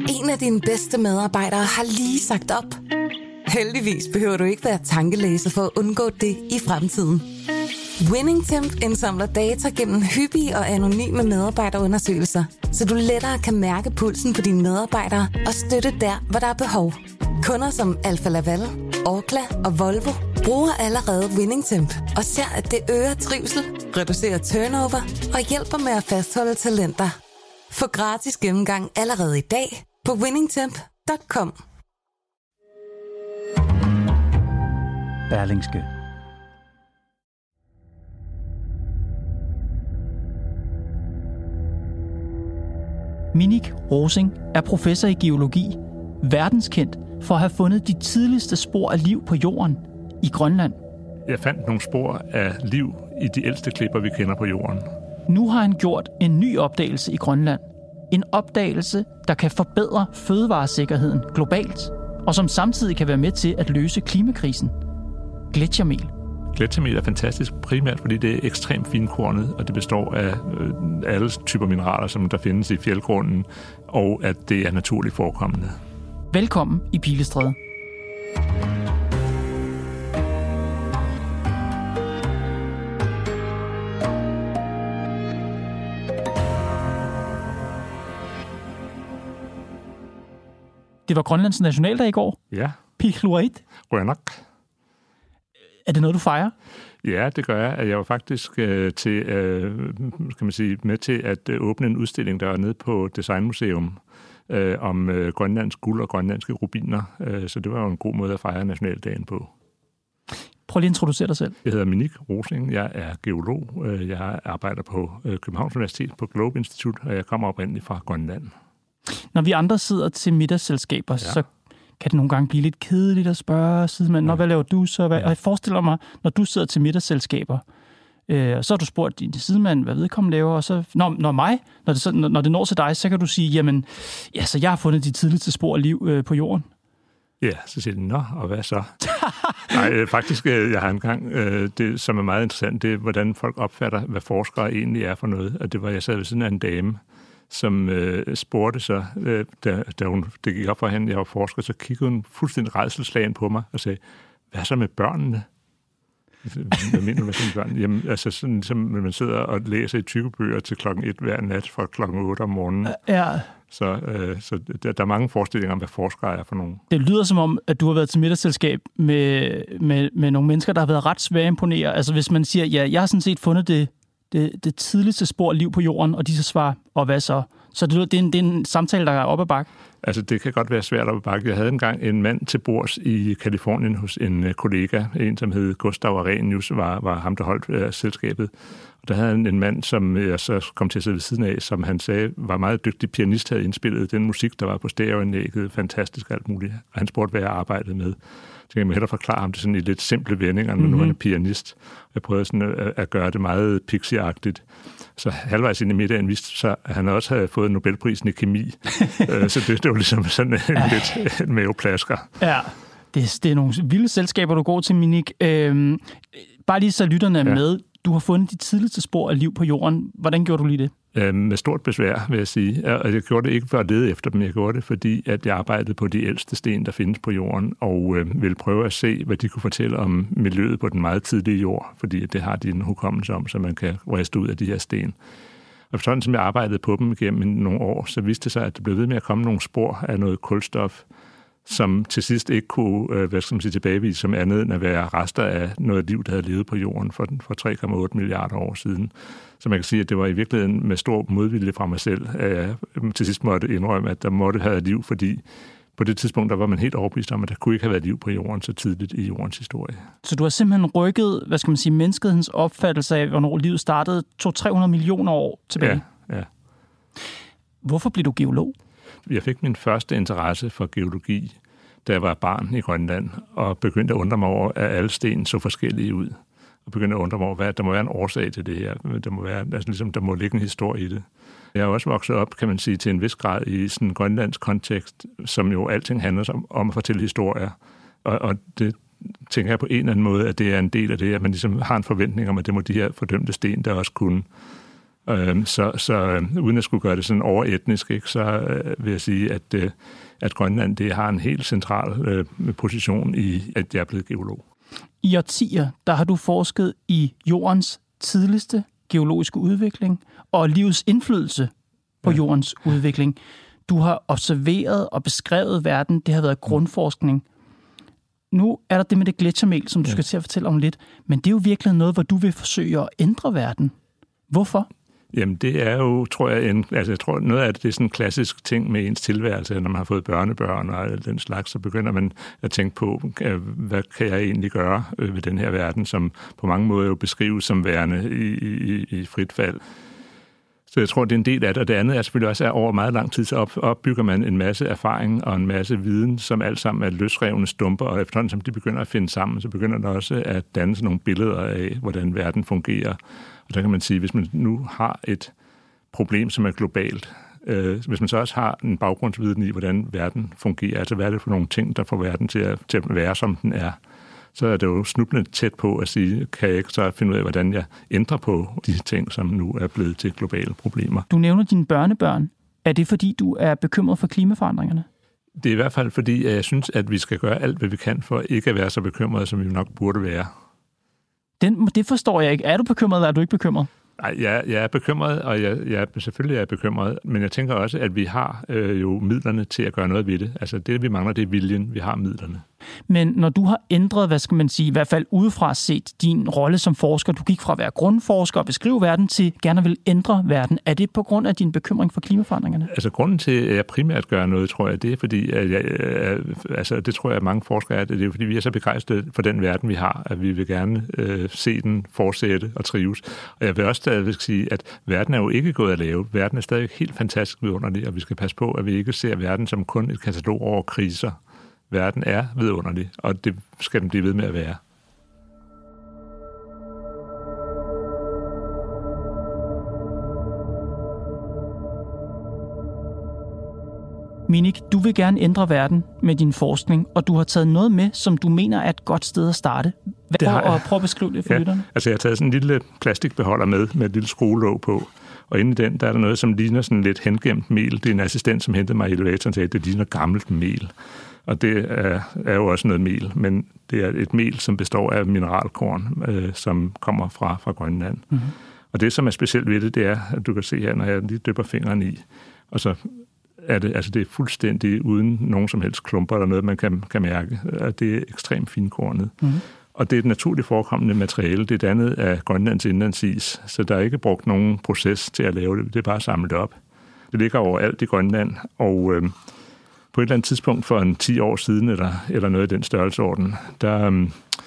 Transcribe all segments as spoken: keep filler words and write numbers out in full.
En af dine bedste medarbejdere har lige sagt op. Heldigvis behøver du ikke være tankelæser for at undgå det i fremtiden. WinningTemp indsamler data gennem hyppige og anonyme medarbejderundersøgelser, så du lettere kan mærke pulsen på dine medarbejdere og støtte der, hvor der er behov. Kunder som Alfa Laval, Orkla og Volvo bruger allerede WinningTemp og ser, at det øger trivsel, reducerer turnover og hjælper med at fastholde talenter. Få gratis gennemgang allerede i dag på winningtemp punktum com. Berlingske. Minik Rosing er professor i geologi, verdenskendt for at have fundet de tidligste spor af liv på jorden i Grønland. Jeg fandt nogle spor af liv i de ældste klipper, vi kender på jorden. Nu har han gjort en ny opdagelse i Grønland. En opdagelse, der kan forbedre fødevaresikkerheden globalt, og som samtidig kan være med til at løse klimakrisen. Gletsjermel. Gletsjermel er fantastisk, primært fordi det er ekstremt finkornet, og det består af øh, alle typer mineraler, som der findes i fjeldgrunden, og at det er naturligt forekommende. Velkommen i Pilestræde. Det var Grønlands nationaldag i går. Ja. Piqluit. Rønnak. Er det noget, du fejrer? Ja, det gør jeg. Jeg var faktisk øh, til, øh, skal man sige, med til at øh, åbne en udstilling, der er nede på Designmuseum øh, om øh, Grønlands guld og grønlandske rubiner. Øh, så det var jo en god måde at fejre nationaldagen på. Prøv lige at introducere dig selv. Jeg hedder Minik Rosing. Jeg er geolog. Jeg arbejder på Københavns Universitet på Globe Institut, og jeg kommer oprindeligt fra Grønland. Når vi andre sidder til middagsselskaber, ja. så kan det nogle gange blive lidt kedeligt at spørge sidemanden, ja. hvad laver du så? Hvad? Ja. Og jeg forestiller mig, når du sidder til middagsselskaber, øh, så har du spurgt din sidemand, hvad vedkommende laver, og så, når, når mig, når det, så, når det når til dig, så kan du sige, jamen, ja, så jeg har fundet de tidligste spor af liv øh, på jorden. Ja, så siger de, nå, og hvad så? Nej, faktisk, jeg har engang, det som er meget interessant, det er, hvordan folk opfatter, hvad forskere egentlig er for noget. Og det var, jeg sad ved siden af en dame, som øh, spurgte så, øh, da, da hun, det gik op for hende, jeg var forsker, så kiggede hun fuldstændig rædselsslagen på mig og sagde, hvad så med børnene? Hvad mener du med sådan børn? Jamen, altså sådan ligesom, man sidder og læser i tykke bøger til klokken et hver nat fra klokken otte om morgenen. Ja. Så, øh, så der, der er mange forestillinger om, hvad forskere er for nogen. Det lyder som om, at du har været til middagsselskab med, med, med nogle mennesker, der har været ret svære at imponere. Altså hvis man siger, ja, jeg har sådan set fundet det, det, det tidligste spor af liv på jorden, og de så svarer, og hvad så? Så det, det, er en, det er en samtale, der er op ad bakke. Altså, det kan godt være svært op ad bakke. Jeg havde engang en mand til bords i Kalifornien hos en kollega, en som hed Gustav Arrhenius, var, var ham, der holdt uh, selskabet. Og der havde han en mand, som jeg så kom til at sidde ved siden af, som han sagde, var meget dygtig pianist, havde indspillet den musik, der var på stereoanlægget, fantastisk alt muligt. Og han spurgte, hvad jeg arbejdede med. Så jeg må hellere forklare ham det sådan i lidt simple vendinger, når mm-hmm. nu han er pianist. Jeg prøvede sådan at, at gøre det meget pixie-agtigt. Så halvvejs ind i middagen viste så, at han også havde fået Nobelprisen i kemi. Så det, det var ligesom sådan en ja. lidt en maveplasker. Ja, det, det er nogle vilde selskaber, du går til, Minik. Øhm, bare lige så lytterne er ja. med. Du har fundet de tidligste spor af liv på jorden. Hvordan gjorde du lige det? Øh, med stort besvær, vil jeg sige. Og jeg gjorde det ikke for at lede efter dem. Jeg gjorde det, fordi at jeg arbejdede på de ældste sten, der findes på jorden, og øh, ville prøve at se, hvad de kunne fortælle om miljøet på den meget tidlige jord, fordi det har de en hukommelse om, så man kan riste ud af de her sten. Og sådan som jeg arbejdede på dem igennem nogle år, så viste det sig, at der blev ved med at komme nogle spor af noget kulstof, som til sidst ikke kunne, hvad skal man sige, tilbagevise som andet end at være rester af noget liv, der havde levet på jorden for, for tre komma otte milliarder år siden. Så man kan sige, at det var i virkeligheden med stor modvilje fra mig selv, at jeg til sidst måtte indrømme, at der måtte have liv, fordi på det tidspunkt, der var man helt overbevist om, at der kunne ikke have været liv på jorden så tidligt i jordens historie. Så du har simpelthen rykket, hvad skal man sige, menneskehedens opfattelse af, hvornår livet startede to til tre hundrede millioner år tilbage? Ja, ja. Hvorfor blev du geolog? Jeg fik min første interesse for geologi, da jeg var barn i Grønland, og begyndte at undre mig over, at alle sten så forskellige ud. Og begyndte at undre mig over, hvad der må være en årsag til det her. Der må, være, altså ligesom, der må ligge en historie i det. Jeg er også vokset op, kan man sige, til en vis grad i sådan en grønlandsk kontekst, som jo alting handler om, om at fortælle historier. Og, og det tænker jeg på en eller anden måde, at det er en del af det, at man ligesom har en forventning om, at det må de her fordømte sten, der også kunne. Øh, så så øh, uden at skulle gøre det sådan overetnisk, ikke, så øh, vil jeg sige, at, øh, at Grønland det har en helt central øh, position i, at jeg er blevet geolog. I årtier, der har du forsket i jordens tidligste geologiske udvikling og livets indflydelse på ja. jordens udvikling. Du har observeret og beskrevet verden. Det har været grundforskning. Nu er der det med det gletsjermel, som du ja. skal til at fortælle om lidt. Men det er jo virkelig noget, hvor du vil forsøge at ændre verden. Hvorfor? Jamen, det er jo, tror jeg, en, altså jeg tror, noget af det, det er sådan en klassisk ting med ens tilværelse. Når man har fået børnebørn og den slags, så begynder man at tænke på, hvad kan jeg egentlig gøre ved den her verden, som på mange måder jo beskrives som værende i, i, i frit fald. Så jeg tror, det er en del af det. Og det andet er selvfølgelig også, at over meget lang tid, så op, opbygger man en masse erfaring og en masse viden, som alt sammen er løsrevne stumper, og efterhånden, som de begynder at finde sammen, så begynder der også at danne nogle billeder af, hvordan verden fungerer. Og der kan man sige, hvis man nu har et problem, som er globalt, øh, hvis man så også har en baggrundsviden i, hvordan verden fungerer, altså hvad er det for nogle ting, der får verden til at, til at være, som den er, så er det jo snublende tæt på at sige, kan jeg ikke så finde ud af, hvordan jeg ændrer på de ting, som nu er blevet til globale problemer. Du nævner dine børnebørn. Er det, fordi du er bekymret for klimaforandringerne? Det er i hvert fald, fordi jeg synes, at vi skal gøre alt, hvad vi kan for ikke at være så bekymrede, som vi nok burde være. Den, det forstår jeg ikke. Er du bekymret, eller er du ikke bekymret? Nej, jeg, jeg er bekymret, og jeg, jeg selvfølgelig er jeg bekymret, men jeg tænker også, at vi har øh, jo midlerne til at gøre noget ved det. Altså det, vi mangler, det er viljen. Vi har midlerne. Men når du har ændret, hvad skal man sige, i hvert fald udefra set din rolle som forsker, du gik fra at være grundforsker og beskrive verden til gerne vil ændre verden, er det på grund af din bekymring for klimaforandringerne? Altså grunden til, at jeg primært gør noget, tror jeg, det er fordi, at jeg, altså det tror jeg, at mange forskere er, det er fordi, vi er så begejstrede for den verden, vi har, at vi vil gerne øh, se den fortsætte og trives. Og jeg vil også stadig sige, at verden er jo ikke gået at lave. Verden er stadig helt fantastisk vidunderlig, og vi skal passe på, at vi ikke ser verden som kun et katalog over kriser. Verden er vidunderlig, og det skal den blive ved med at være. Minik, du vil gerne ændre verden med din forskning, og du har taget noget med, som du mener er et godt sted at starte. Hvad er og prøv at beskrive det for ja, lytterne. Altså jeg har taget sådan en lille plastikbeholder med, med et lille skruelåg på, og inde i den, der er der noget, som ligner sådan lidt hengemt mel. Det er en assistent, som hentede mig i elevatoren og sagde, at det ligner gammelt mel. Og det er, er jo også noget mel, men det er et mel, som består af mineralkorn, øh, som kommer fra, fra Grønland. Mm-hmm. Og det, som er specielt ved det, det er, at du kan se her, når jeg lige dypper fingeren i, og så er det, altså det er fuldstændig uden nogen som helst klumper eller noget, man kan, kan mærke. Det er ekstremt finkornet. Mm-hmm. Og det er et naturligt forekommende materiale. Det er dannet af Grønlands indlandsis, så der er ikke brugt nogen proces til at lave det. Det er bare samlet op. Det ligger overalt i Grønland, og øh, på et eller andet tidspunkt for en ti år siden, eller, eller noget i den størrelseorden, der øh,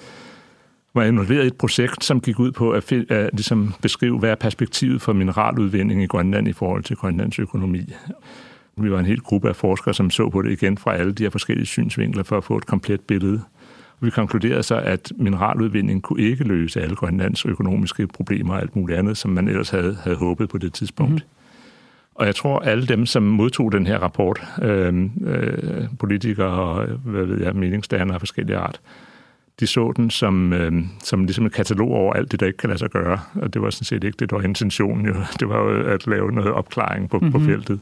var jeg involveret i et projekt, som gik ud på at, at ligesom beskrive, hvad er perspektivet for mineraludvinding i Grønland i forhold til Grønlands økonomi. Vi var en hel gruppe af forskere, som så på det igen fra alle de her forskellige synsvinkler for at få et komplet billede. Vi konkluderede så, at mineraludvinding kunne ikke løse alle Grønlands økonomiske problemer og alt muligt andet, som man ellers havde, havde håbet på det tidspunkt. Mm-hmm. Og jeg tror, alle dem, som modtog den her rapport, øh, øh, politikere og hvad ved jeg, meningsdannere af forskellige art, de så den som, øh, som ligesom et katalog over alt det, der ikke kan lade sig gøre. Og det var sådan set ikke det, der var intentionen. Jo. Det var jo at lave noget opklaring på, mm-hmm. på feltet.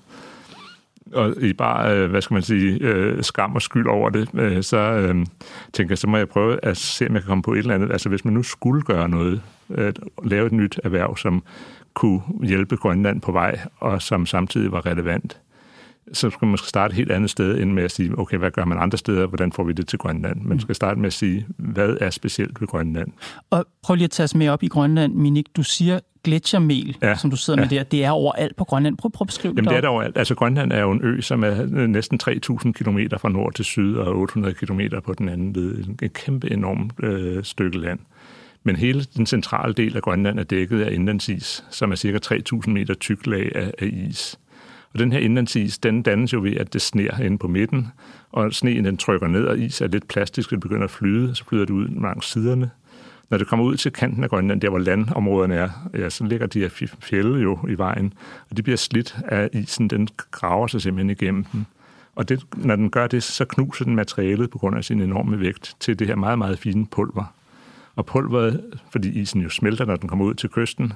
Og i bare, hvad skal man sige, skam og skyld over det, så øh, tænker jeg, så må jeg prøve at se, om jeg kan komme på et eller andet. Altså hvis man nu skulle gøre noget, at lave et nyt erhverv, som kunne hjælpe Grønland på vej, og som samtidig var relevant, så skal man måske starte et helt andet sted, end med at sige, okay, hvad gør man andre steder, hvordan får vi det til Grønland? Man skal starte med at sige, hvad er specielt ved Grønland? Og prøv lige at tage os med op i Grønland, Minik. Du siger gletsjermel, ja, som du sidder ja. med der. Det er overalt på Grønland. Prøv, prøv at beskrive det. Jamen, det er der overalt. Altså, Grønland er jo en ø, som er næsten tre tusind kilometer fra nord til syd, og otte hundrede kilometer på den anden led. Et kæmpe enormt øh, stykke land. Men hele den centrale del af Grønland er dækket af indlandsis, som er cirka tre tusind meter tyk lag af, af is. Og den her indlandsis, den dannes jo ved, at det sner inde på midten, og sneen den trykker ned, og is er lidt plastisk, det begynder at flyde, så flyder det ud langs siderne. Når det kommer ud til kanten af Grønland, der hvor landområderne er, ja, så ligger de her fjelde jo i vejen, og de bliver slidt af isen, den graver sig simpelthen igennem dem. Og det, når den gør det, så knuser den materialet på grund af sin enorme vægt til det her meget, meget fine pulver. Og pulveret, fordi isen jo smelter, når den kommer ud til kysten,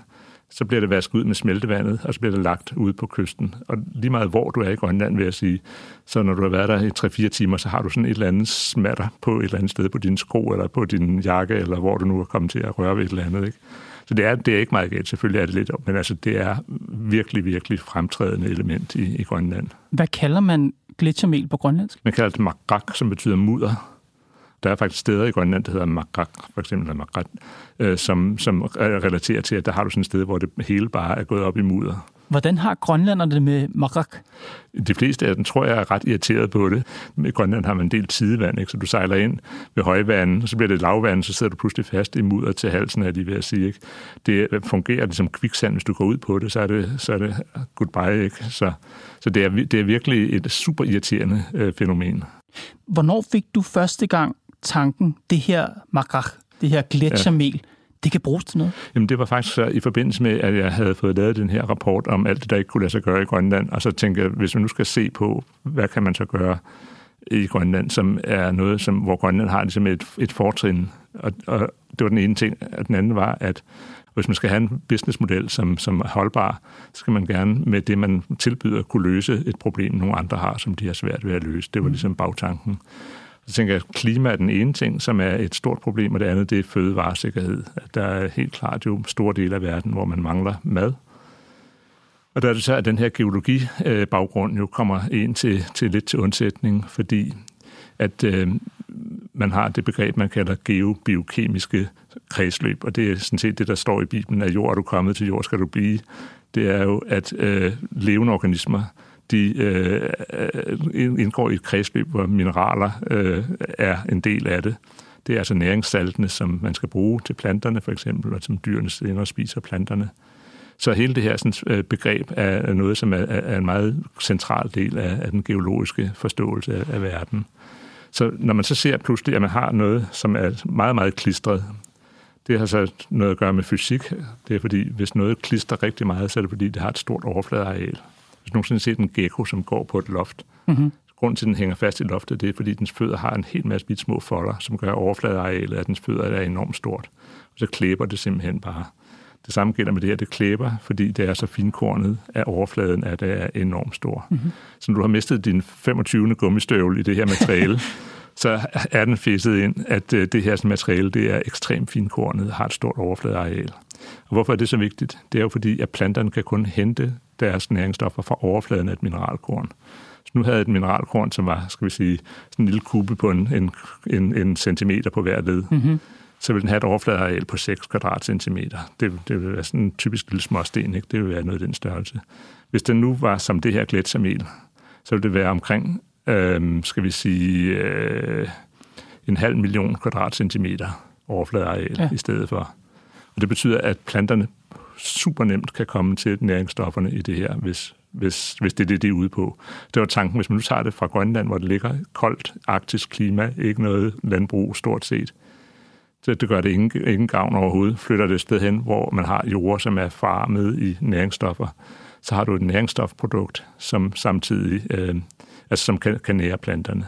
så bliver det vasket ud med smeltevandet, og så bliver det lagt ude på kysten. Og lige meget hvor du er i Grønland, vil jeg sige, så når du har været der i tre fire timer, så har du sådan et eller andet smatter på et eller andet sted på dine sko, eller på din jakke, eller hvor du nu er kommet til at røre ved et eller andet, ikke? Så det er, det er ikke meget galt. Selvfølgelig er det lidt, men altså, det er virkelig, virkelig fremtrædende element i, i Grønland. Hvad kalder man gletsjermel på grønlandsk? Man kalder det magrak, som betyder mudder. Der er faktisk steder i Grønland, der hedder magrak, for eksempel magrak, øh, som, som relaterer til, at der har du sådan et sted, hvor det hele bare er gået op i mudder. Hvordan har grønlænderne det med magrak? De fleste af dem tror jeg er ret irriteret på det. I Grønland har man en del tidevand, ikke? Så du sejler ind ved højvand, og så bliver det lavvand, så sidder du pludselig fast i mudder til halsen, er de ved at sige. Ikke? Det fungerer ligesom kviksand, hvis du går ud på det, så er det, så er det goodbye. Ikke? Så, så det, er, det er virkelig et super irriterende øh, fænomen. Hvornår fik du første gang tanken, det her magrak, det her gletsjermel, ja. Det kan bruges til noget? Jamen det var faktisk så i forbindelse med, at jeg havde fået lavet den her rapport om alt det, der ikke kunne lade sig gøre i Grønland, og så tænkte jeg, hvis man nu skal se på, hvad kan man så gøre i Grønland, som er noget, som, hvor Grønland har ligesom et, et fortrin. Og, og det var den ene ting, og den anden var, at hvis man skal have en businessmodel, som, som er holdbar, så skal man gerne med det, man tilbyder, kunne løse et problem, nogle andre har, som de har svært ved at løse. Det var ligesom bagtanken. Så tænker jeg, at klima er den ene ting, som er et stort problem, og det andet, det er fødevaresikkerhed. Der er helt klart jo store dele af verden, hvor man mangler mad. Og der er det så, at den her geologi-baggrund jo kommer ind til, til lidt til undsætning, fordi at øh, man har det begreb, man kalder geobiokemiske kredsløb, og det er sådan set det, der står i Bibelen, at jord er du kommet, til jord skal du blive. Det er jo, at øh, levende organismer, de øh, indgår i et kredsløb, hvor mineraler øh, er en del af det. Det er altså næringssaltene, som man skal bruge til planterne, for eksempel, og som dyrene senere spiser planterne. Så hele det her sådan, begreb er noget, som er, er en meget central del af, af den geologiske forståelse af, af verden. Så når man så ser pludselig, at man har noget, som er meget, meget klistret, det har så noget at gøre med fysik. Det er fordi, hvis noget klistrer rigtig meget, så er det fordi, det har et stort overfladeareal. Hvis du nogensinde set en gecko, som går på et loft, mm-hmm. grunden til, at den hænger fast i loftet, det er, fordi dens fødder har en helt masse bitte små folder, som gør overfladearealet af dens fødder er enormt stort. Og så klæber det simpelthen bare. Det samme gælder med det her, det klæber, fordi det er så finkornet af overfladen, at det er enormt stor. Mm-hmm. Så når du har mistet din femogtyvende gummistøvle i det her materiale, så er den fisset ind, at det her materiale, det er ekstremt finkornet, har et stort overfladeareal. Og hvorfor er det så vigtigt? Det er jo fordi, at planterne kan kun hente deres næringsstoffer fra overfladen af et mineralkorn. Så nu havde et mineralkorn, som var, skal vi sige, sådan en lille kube på en, en, en, en centimeter på hver led, mm-hmm. så vil den have et overfladeareal på seks kvadratcentimeter. Det, det vil være sådan en typisk lille småsten, ikke? Det vil være noget af den størrelse. Hvis den nu var som det her gletsjermel, så ville det være omkring, øh, skal vi sige, øh, en halv million kvadratcentimeter overfladeareal ja. I stedet for. Og det betyder, at planterne super nemt kan komme til næringsstofferne i det her, hvis, hvis, hvis det er det, de er ude på. Det var tanken, hvis man nu tager det fra Grønland, hvor det ligger koldt, arktisk klima, ikke noget landbrug stort set. Så det gør det ingen, ingen gavn overhovedet. Flytter det et sted hen, hvor man har jord, som er farmet i næringsstoffer, så har du et næringsstofprodukt, som samtidig øh, altså som kan, kan nære planterne.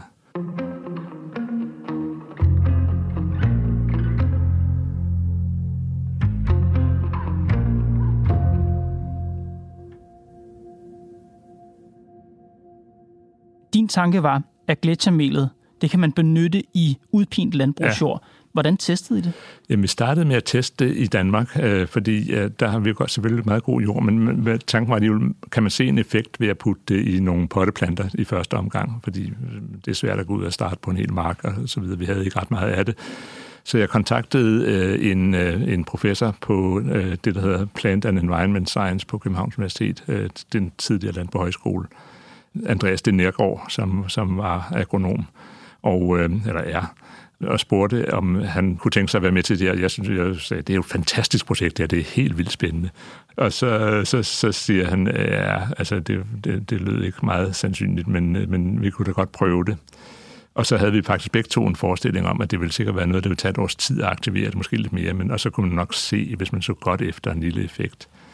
Din tanke var, at gletsjermelet, det kan man benytte i udpint landbrugsjord. Ja. Hvordan testede I det? Jamen, vi startede med at teste det i Danmark, øh, fordi øh, der har vi godt selvfølgelig meget god jord, men med tanken var, at kan man se en effekt ved at putte det i nogle potteplanter i første omgang, fordi det er svært at gå ud og starte på en hel mark og så videre. Vi havde ikke ret meget af det. Så jeg kontaktede øh, en, øh, en professor på øh, det, der hedder Plant and Environment Science på Københavns Universitet, øh, den tidligere Landbohøjskole, Andreas de Nergård, som, som var agronom, og, øh, eller er, og spurgte, om han kunne tænke sig at være med til det her. Jeg synes, jeg sagde, det er jo et fantastisk projekt, det, det er helt vildt spændende. Og så, så, så siger han, ja, altså det, det, det lød ikke meget sandsynligt, men, men vi kunne da godt prøve det. Og så havde vi faktisk begge to en forestilling om, at det ville sikkert være noget, der ville tage et års tid at aktivere det, måske lidt mere, men og så kunne man nok se, hvis man så godt efter en lille effekt.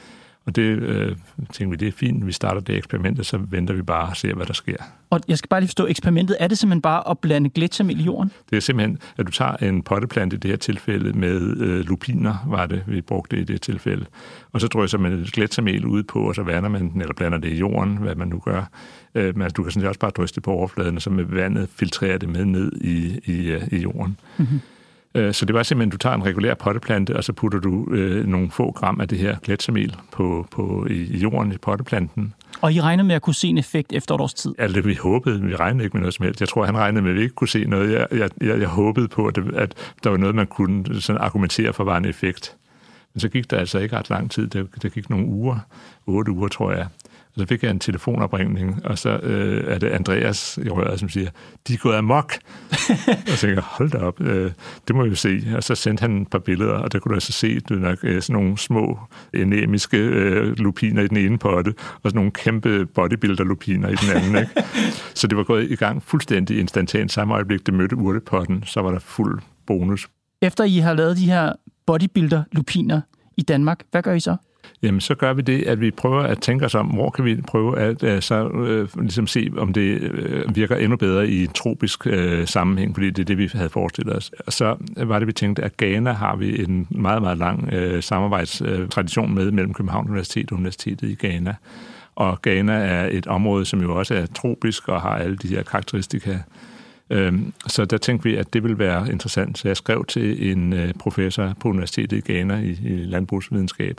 Og det øh, tænker vi, det er fint. Vi starter det eksperiment, så venter vi bare og ser, hvad der sker. Og jeg skal bare lige forstå, eksperimentet, er det simpelthen bare at blande gletsjermel i jorden? Det er simpelthen, at du tager en potteplante i det her tilfælde med øh, lupiner, var det, vi brugte i det tilfælde. Og så drysser man et gletsjermel ud på, og så vander man den, eller blander det i jorden, hvad man nu gør. Øh, men du kan sådan også bare drysse det på overfladen, og så med vandet filtrerer det med ned i, i, i jorden. Mm-hmm. Så det var simpelthen, du tager en regulær potteplante, og så putter du øh, nogle få gram af det her gletsjermel på, på, i, i jorden i potteplanten. Og I regnede med at kunne se en effekt efter et års tid? Altså, vi håbede, vi regnede ikke med noget som helst. Jeg tror, han regnede med, at vi ikke kunne se noget. Jeg, jeg, jeg, jeg håbede på, at, det, at der var noget, man kunne sådan argumentere for, var en effekt. Men så gik der altså ikke ret lang tid. Der, der gik nogle uger, otte uger, tror jeg. Og så fik jeg en telefonopringning, og så øh, er det Andreas i røret, som siger, de er gået amok. Og jeg tænker, hold da op, øh, det må vi jo se. Og så sendte han et par billeder, og der kunne du altså se du nok, øh, sådan nogle små anemiske øh, lupiner i den ene potte, og sådan nogle kæmpe bodybuilder-lupiner i den anden. Ikke? Så det var gået i gang fuldstændig instantant. Samme øjeblik, det mødte urtepotten, så var der fuld bonus. Efter I har lavet de her bodybuilder-lupiner i Danmark, hvad gør I så? Jamen, så gør vi det, at vi prøver at tænke os om, hvor kan vi prøve at uh, så, uh, ligesom se, om det uh, virker endnu bedre i en tropisk uh, sammenhæng, fordi det er det, vi havde forestillet os. Og så var det, vi tænkte, at Ghana har vi en meget, meget lang uh, samarbejdstradition med mellem Københavns Universitet og Universitetet i Ghana. Og Ghana er et område, som jo også er tropisk og har alle de her karakteristika. Um, så der tænkte vi, at det ville være interessant. Så jeg skrev til en uh, professor på Universitetet i Ghana i, i landbrugsvidenskab,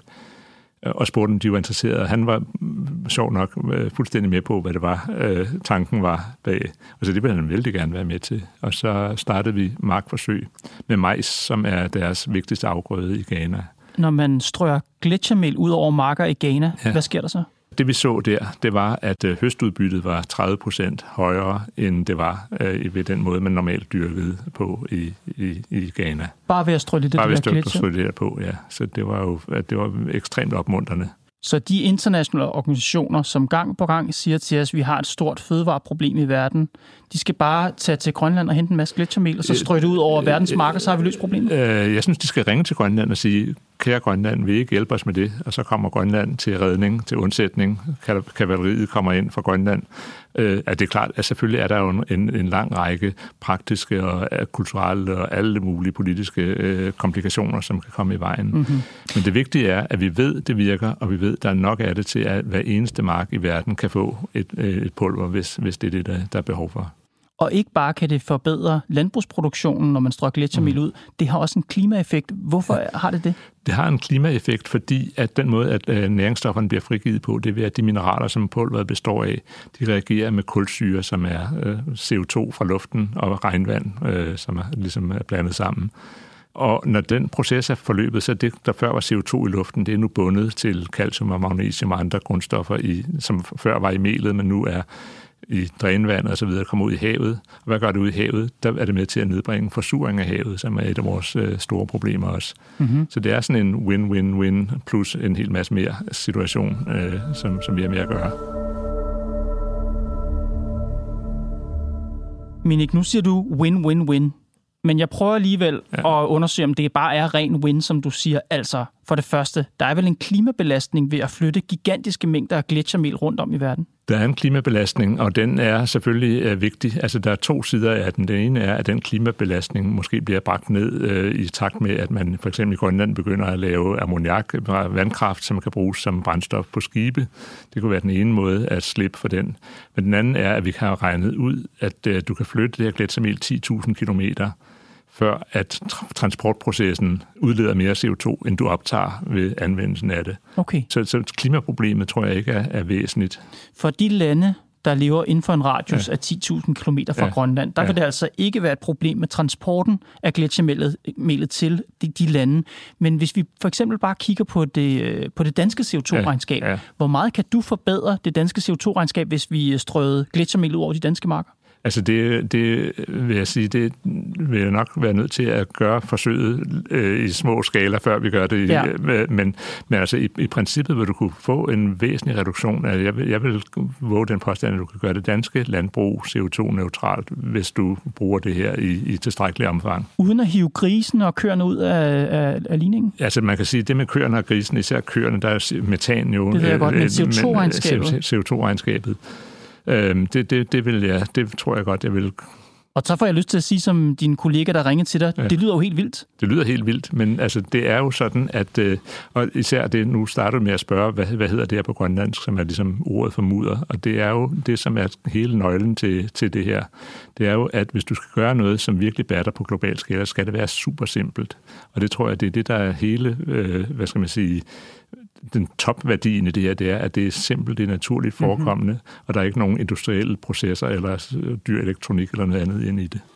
og spurgte, om de var interesserede. Han var sjov nok fuldstændig med på, hvad det var, øh, tanken var bag. Og så det ville han vældig gerne være med til. Og så startede vi markforsøg med majs, som er deres vigtigste afgrøde i Ghana. Når man strør gletsjermel ud over marker i Ghana, ja. Hvad sker der så? Det vi så der, det var, at høstudbyttet var tredive procent højere, end det var øh, ved den måde, man normalt dyrkede på i, i, i Ghana. Bare ved at strø det der gletsjer? Bare ved at strø det der på, ja. Så det var jo det var ekstremt opmuntrende. Så de internationale organisationer, som gang på gang siger til os, at vi har et stort fødevareproblem i verden, de skal bare tage til Grønland og hente en masse gletsjermel, og så strø det ud over verdens marker, så har vi løst problemet? Jeg synes, de skal ringe til Grønland og sige, kære Grønland, vil I ikke hjælpe os med det? Og så kommer Grønland til redning, til undsætning. Kavaleriet kommer ind fra Grønland. At det er klart, at selvfølgelig er der jo en, en lang række praktiske og kulturelle og alle mulige politiske øh, komplikationer, som kan komme i vejen. Mm-hmm. Men det vigtige er, at vi ved, det virker, og vi ved, at der er nok af det til, at hver eneste mark i verden kan få et, et pulver, hvis, hvis det er det, der, der er behov for. Og ikke bare kan det forbedre landbrugsproduktionen, når man strøger gletsjermel mm. ud. Det har også en klimaeffekt. Hvorfor ja. har det det? Det har en klimaeffekt, fordi at den måde, at næringsstofferne bliver frigivet på, det er ved, at de mineraler, som pulveret består af, de reagerer med kulsyre, som er C O to fra luften, og regnvand, som er ligesom er blandet sammen. Og når den proces er forløbet, så det, der før var C O to i luften, det er nu bundet til calcium og magnesium og andre grundstoffer, i, som før var i melet, men nu er i drænvand og så videre, kommer ud i havet. Og hvad gør det ud i havet? Der er det med til at nedbringe forsuring af havet, som er et af vores øh, store problemer også. Mm-hmm. Så det er sådan en win-win-win plus en hel masse mere situation, øh, som, som vi har med at gøre. Minik, nu siger du win-win-win. Men jeg prøver alligevel ja. at undersøge, om det bare er ren win, som du siger. Altså, for det første, der er vel en klimabelastning ved at flytte gigantiske mængder af gletsjermel rundt om i verden? Der er en klimabelastning, og den er selvfølgelig øh, vigtig. Altså, der er to sider af den. Den ene er, at den klimabelastning måske bliver bragt ned øh, i takt med, at man for eksempel i Grønland begynder at lave ammoniak, vandkraft, som kan bruges som brændstof på skibe. Det kunne være den ene måde at slippe for den. Men den anden er, at vi har regnet ud, at øh, du kan flytte det her gletsjermel ti tusind kilometer, før at transportprocessen udleder mere C O to, end du optager ved anvendelsen af det. Okay. Så, så klimaproblemet tror jeg ikke er, er væsentligt. For de lande, der lever inden for en radius ja. af ti tusind kilometer fra ja. Grønland, der ja. vil det altså ikke være et problem med transporten af gletsjermelet til de, de lande. Men hvis vi for eksempel bare kigger på det, på det danske C O to-regnskab, ja. Ja. hvor meget kan du forbedre det danske C O to-regnskab, hvis vi strøede gletsjermel ud over de danske marker? Altså det, det vil jeg sige, det vil jeg nok være nødt til at gøre forsøget øh, i små skala, før vi gør det. Ja. Men, men altså i, i princippet vil du kunne få en væsentlig reduktion. Altså jeg, vil, jeg vil våge den påstand, at du kan gøre det danske landbrug C O to neutralt, hvis du bruger det her i, i tilstrækkelig omfang. Uden at hive grisen og køerne ud af, af, af ligningen? Altså man kan sige, at det med køerne og grisen, især køerne, der er metan jo... Det ved jeg godt, men C O to-regnskabet? C O to-regnskabet. Det, det, det, vil jeg, det tror jeg godt, jeg vil. Og så får jeg lyst til at sige, som din kollega, der ringede til dig, ja. Det lyder jo helt vildt. Det lyder helt vildt, men altså, det er jo sådan, at, og især det, nu starter med at spørge, hvad, hvad hedder det her på grønlandsk, som er ligesom ordet for mudder, og det er jo det, som er hele nøglen til, til det her. Det er jo, at hvis du skal gøre noget, som virkelig batter på global skala, skal det være super simpelt. Og det tror jeg, det er det, der er hele, øh, hvad skal man sige, den topværdien i det her, det er, at det er simpelt, det er naturligt forekommende, mm-hmm. og der er ikke nogen industrielle processer eller dyr elektronik eller noget andet ind i det.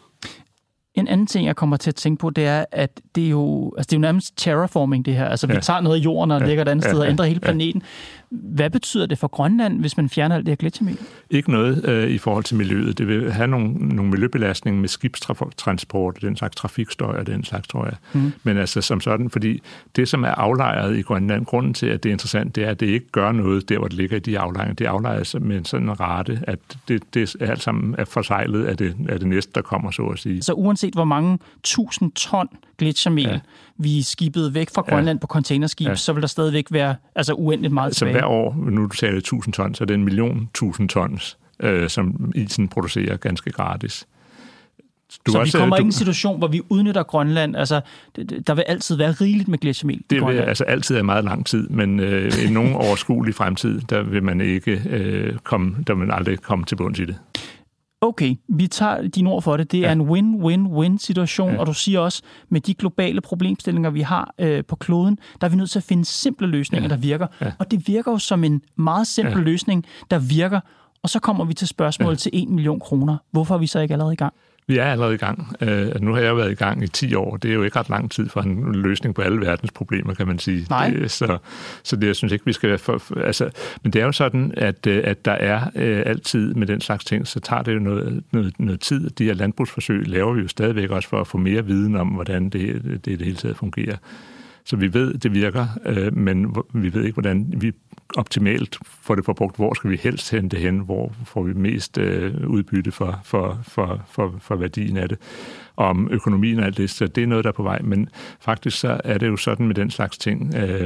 En anden ting, jeg kommer til at tænke på, det er, at det er jo, altså det er jo nærmest terraforming, det her. Altså vi ja. tager noget af jorden og ja. lægger et andet ja. sted og ændrer hele planeten. Ja. Hvad betyder det for Grønland, hvis man fjerner alt det her gletsjermel? Ikke noget øh, i forhold til miljøet. Det vil have nogle, nogle miljøbelastninger med skibstransport, den slags trafikstøj og den slags, tror jeg. Mm. Men altså som sådan, fordi det, som er aflejret i Grønland, grunden til, at det er interessant, det er, at det ikke gør noget der, hvor det ligger i de aflejringer. Det aflejres med sådan en rate, at det, det er alt sammen er forsejlet af det, af det næste, der kommer, så at sige. Så uanset hvor mange tusind ton gletsjermel ja. vi skibede væk fra Grønland ja. på containerskib, ja. så vil der stadigvæk være altså uendeligt meget tilbage. Så hver år, nu du sagde det tusind ton, så er det en million tusind tons, øh, som isen producerer ganske gratis. Du så også, vi kommer du... ikke i en situation, hvor vi udnytter Grønland. Altså, det, der vil altid være rigeligt med gletsjermel. Det vil altså altid er meget lang tid, men øh, i nogen overskuelig fremtid, der vil man ikke øh, komme, der vil man aldrig komme til bunds i det. Okay, vi tager dine ord for det. Det er ja. en win-win-win-situation, ja. og du siger også, med de globale problemstillinger, vi har øh, på kloden, der er vi nødt til at finde simple løsninger, ja. der virker. Ja. Og det virker jo som en meget simpel ja. løsning, der virker. Og så kommer vi til spørgsmålet ja. til en million kroner. Hvorfor er vi så ikke allerede i gang? Vi er allerede i gang. Uh, nu har jeg været i gang i ti år. Det er jo ikke ret lang tid for en løsning på alle verdens problemer, kan man sige. Nej. Det, så, så det, jeg synes ikke, vi skal være for... Altså, men det er jo sådan, at, at der er uh, altid med den slags ting, så tager det jo noget, noget, noget tid. De her landbrugsforsøg laver vi jo stadigvæk også for at få mere viden om, hvordan det det, det hele taget fungerer. Så vi ved, det virker, øh, men vi ved ikke, hvordan vi optimalt får det forbrugt. Hvor skal vi helst hente det hen? Hvor får vi mest øh, udbytte for, for, for, for, for værdien af det? Om økonomien og alt det, så det er noget, der er på vej. Men faktisk så er det jo sådan med den slags ting, øh,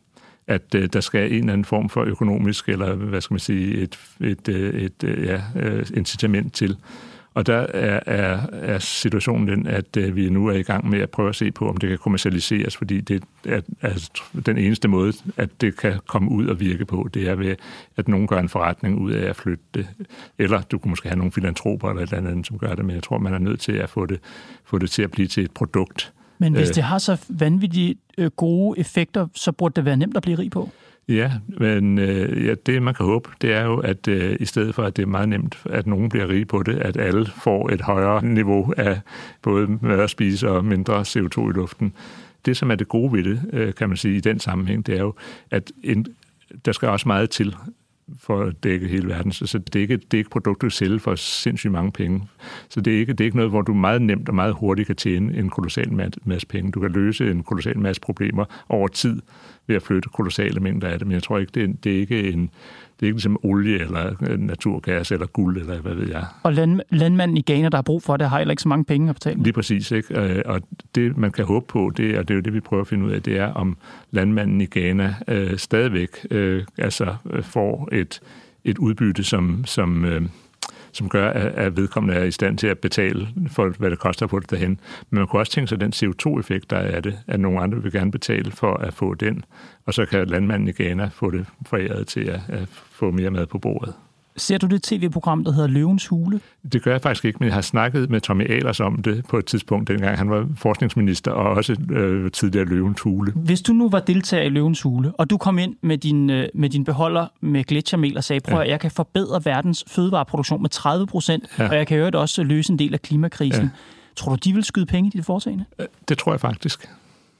at øh, der skal en eller anden form for økonomisk, eller hvad skal man sige, et, et, et, et ja, incitament til. Og der er, er, er situationen den, at øh, vi nu er i gang med at prøve at se på, om det kan kommercialiseres, fordi det er, er den eneste måde, at det kan komme ud og virke på, det er ved, at nogen gør en forretning ud af at flytte det. Eller du kunne måske have nogle filantroper eller et eller andet, som gør det, men jeg tror, man er nødt til at få det, få det til at blive til et produkt. Men hvis det har så vanvittigt gode effekter, så burde det være nemt at blive rig på? Ja, men øh, ja, det man kan håbe, det er jo, at øh, i stedet for, at det er meget nemt, at nogen bliver rige på det, at alle får et højere niveau af både mad at spise og mindre C O to i luften. Det, som er det gode ved det, øh, kan man sige, i den sammenhæng, det er jo, at en, der skal også meget til for at dække hele verden. Så det er ikke, det er ikke produkter, du sælger for sindssygt mange penge. Så det er, ikke, det er ikke noget, hvor du meget nemt og meget hurtigt kan tjene en kolossal masse penge. Du kan løse en kolossal masse problemer over tid ved at flytte kolossale mængder af det. Men jeg tror ikke, det er, det er ikke en... Det er ikke ligesom olie eller naturgas eller guld, eller hvad ved jeg. Og land, landmanden i Ghana, der har brug for det, har heller ikke så mange penge at betale med. Lige præcis, ikke? Og det, man kan håbe på, det, og det er jo det, vi prøver at finde ud af, det er, om landmanden i Ghana øh, stadigvæk øh, altså, får et, et udbytte, som... som øh, som gør, at vedkommende er i stand til at betale for, hvad det koster at få det derhen. Men man kunne også tænke sig den C O to effekt, der er det, at nogle andre vil gerne betale for at få den, og så kan landmanden i Ghana få det foræret til at, at få mere mad på bordet. Ser du det tv-program, der hedder Løvens Hule? Det gør jeg faktisk ikke, men jeg har snakket med Tommy Ahlers om det på et tidspunkt, dengang han var forskningsminister og også øh, tidligere Løvens Hule. Hvis du nu var deltager i Løvens Hule, og du kom ind med din, med din beholder med gletsjermel og sagde, prøv at ja. jeg kan forbedre verdens fødevareproduktion med tredive procent, ja. og jeg kan jo også løse en del af klimakrisen. Ja. Tror du, de vil skyde penge i dit foretagende? Det tror jeg faktisk.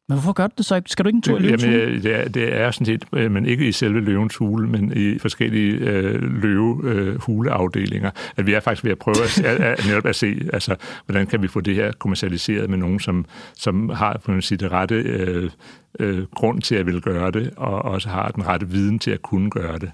Men hvorfor gør du det så ikke? Skal du ikke en tur i løvens hule? Jamen, det er, det er sådan set, men ikke i selve løvens hule, men i forskellige øh, løvehuleafdelinger. Øh, at vi er faktisk ved at prøve at, at, at netop at se, altså, hvordan kan vi få det her kommercialiseret med nogen, som, som har på man sige, det rette øh, øh, grund til at ville gøre det, og også har den rette viden til at kunne gøre det.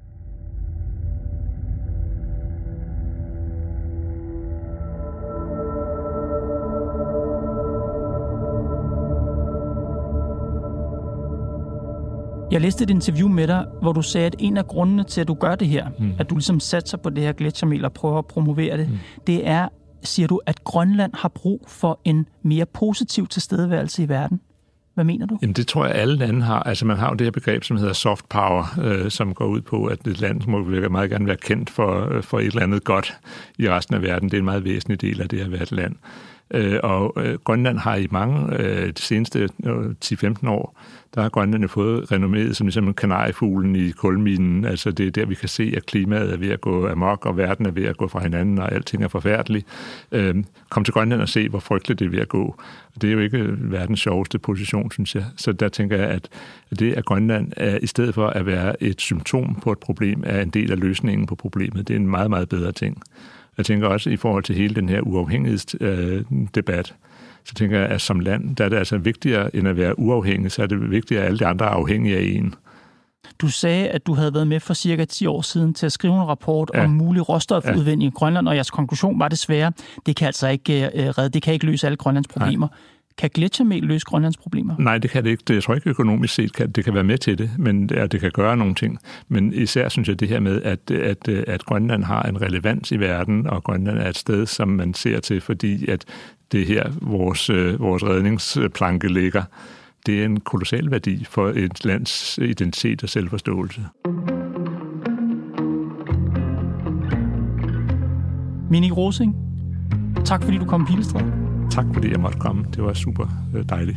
Jeg læste et interview med dig, hvor du sagde, at en af grundene til, at du gør det her, mm. at du ligesom satser på det her gletsjermel og prøver at promovere det, mm. det er, siger du, at Grønland har brug for en mere positiv tilstedeværelse i verden. Hvad mener du? Jamen, det tror jeg, alle lande har. Altså, man har jo det her begreb, som hedder soft power, øh, som går ud på, at et land må meget gerne være kendt for, for et eller andet godt i resten af verden. Det er en meget væsentlig del af det at være et land. Øh, og øh, Grønland har i mange øh, de seneste øh, ti til femten år, der har Grønland fået renommeret som ligesom kanariefuglen i kulminen. Altså det er der, vi kan se, at klimaet er ved at gå amok, og verden er ved at gå fra hinanden, og alting er forfærdeligt. Øh, kom til Grønland og se, hvor frygteligt det er ved at gå. Det er jo ikke verdens sjoveste position, synes jeg. Så der tænker jeg, at det, at Grønland er, i stedet for at være et symptom på et problem, er en del af løsningen på problemet. Det er en meget, meget bedre ting. Jeg tænker også i forhold til hele den her uafhængighedsdebat, så tænker jeg, at som land, der er det altså vigtigere end at være uafhængig, så er det vigtigere, at alle de andre er afhængige af en. Du sagde, at du havde været med for cirka ti år siden til at skrive en rapport ja. om mulig råstofudvinding ja. i Grønland, og jeres konklusion var desværre, det kan altså ikke redde, det kan ikke løse alle Grønlands problemer. Nej. Kan gletsjermel løse Grønlands problemer? Nej, det kan det ikke. Jeg tror ikke økonomisk set, kan, det kan være med til det, men ja, det kan gøre nogle ting. Men især synes jeg det her med, at, at, at Grønland har en relevans i verden, og Grønland er et sted, som man ser til, fordi at det er her, vores, vores redningsplanke ligger. Det er en kolossal værdi for et lands identitet og selvforståelse. Minik Rosing, tak fordi du kom i Pilestræde. Tak fordi jeg måtte komme. Det var super dejligt.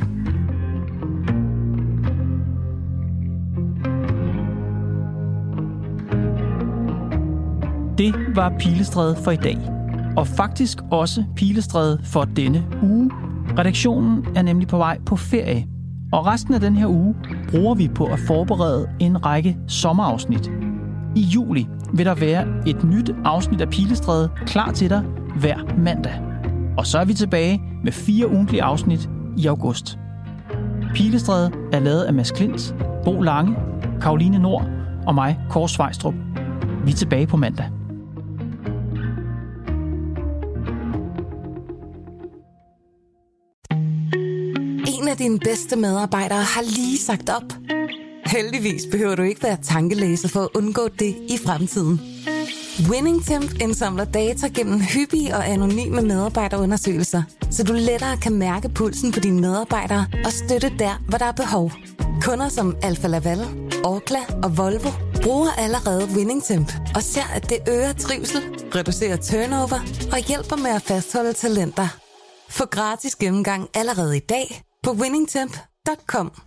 Det var Pilestræde for i dag. Og faktisk også Pilestræde for denne uge. Redaktionen er nemlig på vej på ferie. Og resten af den her uge bruger vi på at forberede en række sommerafsnit. I juli vil der være et nyt afsnit af Pilestræde klar til dig hver mandag. Og så er vi tilbage med fire ugentlige afsnit i august. Pilestræde er lavet af Mads Klint, Bo Lange, Karoline Nord og mig, Kåre Svejstrup. Vi er tilbage på mandag. En af dine bedste medarbejdere har lige sagt op. Heldigvis behøver du ikke være tankelæser for at undgå det i fremtiden. WinningTemp indsamler data gennem hyppige og anonyme medarbejderundersøgelser, så du lettere kan mærke pulsen på dine medarbejdere og støtte der, hvor der er behov. Kunder som Alfa Laval, Orkla og Volvo bruger allerede WinningTemp og ser, at det øger trivsel, reducerer turnover og hjælper med at fastholde talenter. Få gratis gennemgang allerede i dag på winningtemp punktum com.